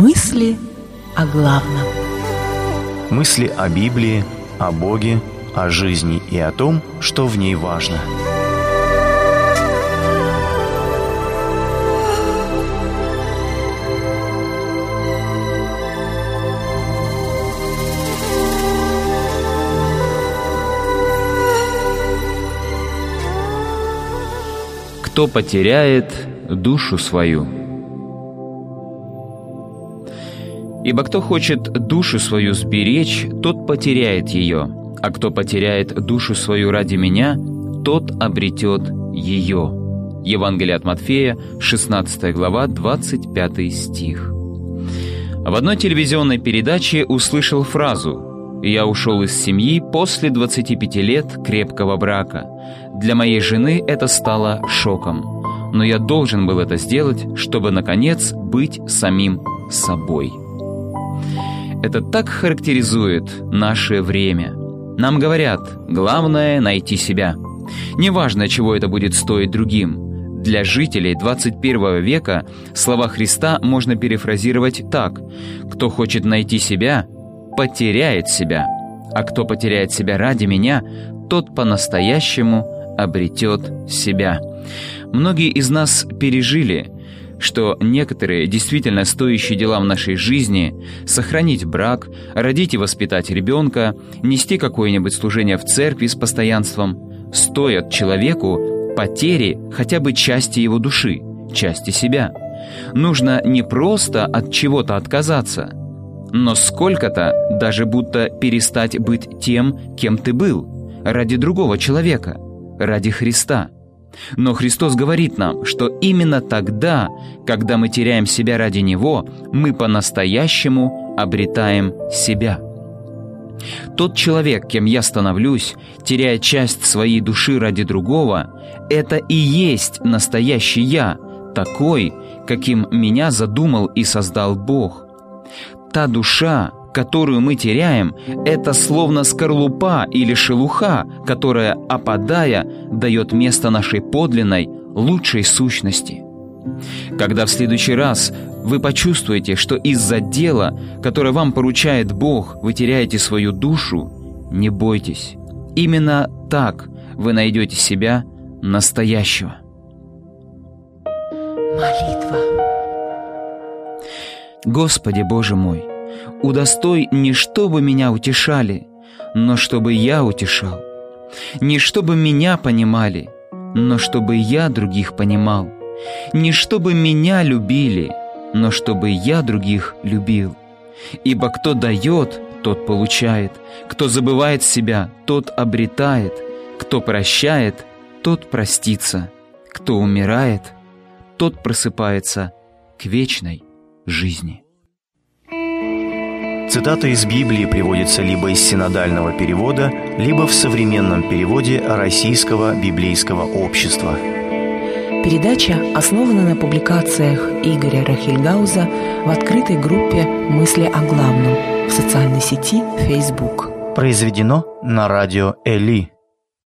Мысли о главном. Мысли о Библии, о Боге, о жизни и о том, что в ней важно. Кто потеряет душу свою? Ибо кто хочет душу свою сберечь, тот потеряет ее, а кто потеряет душу свою ради Меня, тот обретет ее». Евангелие от Матфея, 16 глава, 25 стих. В одной телевизионной передаче услышал фразу: «Я ушел из семьи после 25 лет крепкого брака. Для моей жены это стало шоком, но я должен был это сделать, чтобы, наконец, быть самим собой». Это так характеризует наше время. Нам говорят: главное — найти себя. Неважно, чего это будет стоить другим. Для жителей 21 века слова Христа можно перефразировать так: «Кто хочет найти себя, потеряет себя, а кто потеряет себя ради Меня, тот по-настоящему обретет себя». Многие из нас пережили, что некоторые действительно стоящие дела в нашей жизни — сохранить брак, родить и воспитать ребенка, нести какое-нибудь служение в церкви с постоянством — стоят человеку потери хотя бы части его души, части себя. Нужно не просто от чего-то отказаться, но сколько-то даже будто перестать быть тем, кем ты был, ради другого человека, ради Христа. Но Христос говорит нам, что именно тогда, когда мы теряем себя ради Него, мы по-настоящему обретаем себя. Тот человек, кем я становлюсь, теряя часть своей души ради другого, это и есть настоящий я, такой, каким меня задумал и создал Бог. Та душа, которую мы теряем, это словно скорлупа или шелуха, которая, опадая, дает место нашей подлинной, лучшей сущности. Когда в следующий раз вы почувствуете, что из-за дела, которое вам поручает Бог, вы теряете свою душу, не бойтесь. Именно так вы найдете себя настоящего. Молитва. Господи Боже мой, удостой не чтобы меня утешали, но чтобы я утешал, не чтобы меня понимали, но чтобы я других понимал, не чтобы меня любили, но чтобы я других любил. Ибо кто дает, тот получает, кто забывает себя, тот обретает, кто прощает, тот простится, кто умирает, тот просыпается к вечной жизни. Цитата из Библии приводится либо из синодального перевода, либо в современном переводе Российского библейского общества. Передача основана на публикациях Игоря Рахильгауза в открытой группе «Мысли о главном» в социальной сети Facebook. Произведено на радио Эли.